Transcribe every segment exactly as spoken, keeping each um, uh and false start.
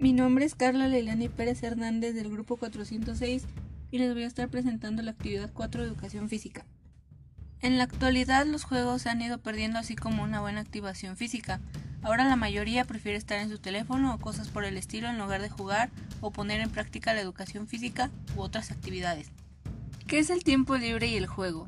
Mi nombre es Carla Leilani Pérez Hernández del grupo cuatrocientos seis y les voy a estar presentando la actividad cuatro de educación física. En la actualidad los juegos se han ido perdiendo así como una buena activación física. Ahora la mayoría prefiere estar en su teléfono o cosas por el estilo en lugar de jugar o poner en práctica la educación física u otras actividades. ¿Qué es el tiempo libre y el juego?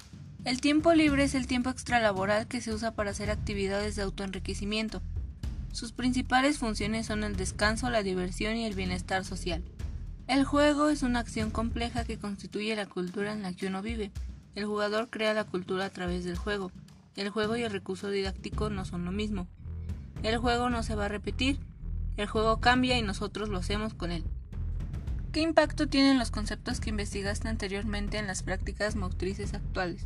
El tiempo libre es el tiempo extralaboral que se usa para hacer actividades de autoenriquecimiento. Sus principales funciones son el descanso, la diversión y el bienestar social. El juego es una acción compleja que constituye la cultura en la que uno vive. El jugador crea la cultura a través del juego. El juego y el recurso didáctico no son lo mismo. El juego no se va a repetir. El juego cambia y nosotros lo hacemos con él. ¿Qué impacto tienen los conceptos que investigaste anteriormente en las prácticas motrices actuales?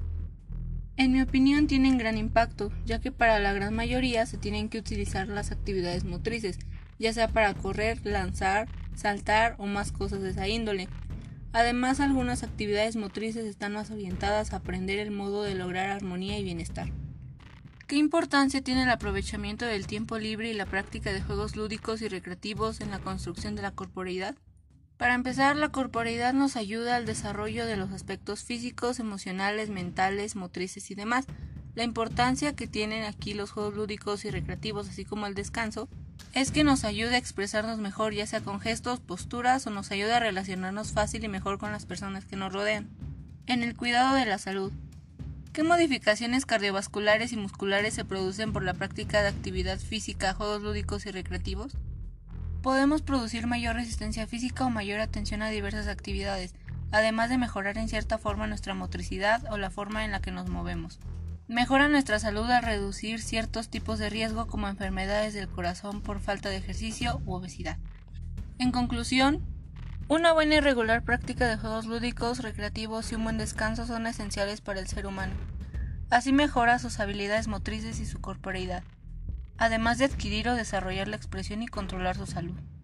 En mi opinión tienen gran impacto, ya que para la gran mayoría se tienen que utilizar las actividades motrices, ya sea para correr, lanzar, saltar o más cosas de esa índole. Además, algunas actividades motrices están más orientadas a aprender el modo de lograr armonía y bienestar. ¿Qué importancia tiene el aprovechamiento del tiempo libre y la práctica de juegos lúdicos y recreativos en la construcción de la corporeidad? Para empezar, la corporeidad nos ayuda al desarrollo de los aspectos físicos, emocionales, mentales, motrices y demás. La importancia que tienen aquí los juegos lúdicos y recreativos, así como el descanso, es que nos ayuda a expresarnos mejor, ya sea con gestos, posturas o nos ayuda a relacionarnos fácil y mejor con las personas que nos rodean. En el cuidado de la salud. ¿Qué modificaciones cardiovasculares y musculares se producen por la práctica de actividad física, juegos lúdicos y recreativos? Podemos producir mayor resistencia física o mayor atención a diversas actividades, además de mejorar en cierta forma nuestra motricidad o la forma en la que nos movemos. Mejora nuestra salud al reducir ciertos tipos de riesgo como enfermedades del corazón por falta de ejercicio u obesidad. En conclusión, una buena y regular práctica de juegos lúdicos, recreativos y un buen descanso son esenciales para el ser humano. Así mejora sus habilidades motrices y su corporeidad, además de adquirir o desarrollar la expresión y controlar su salud.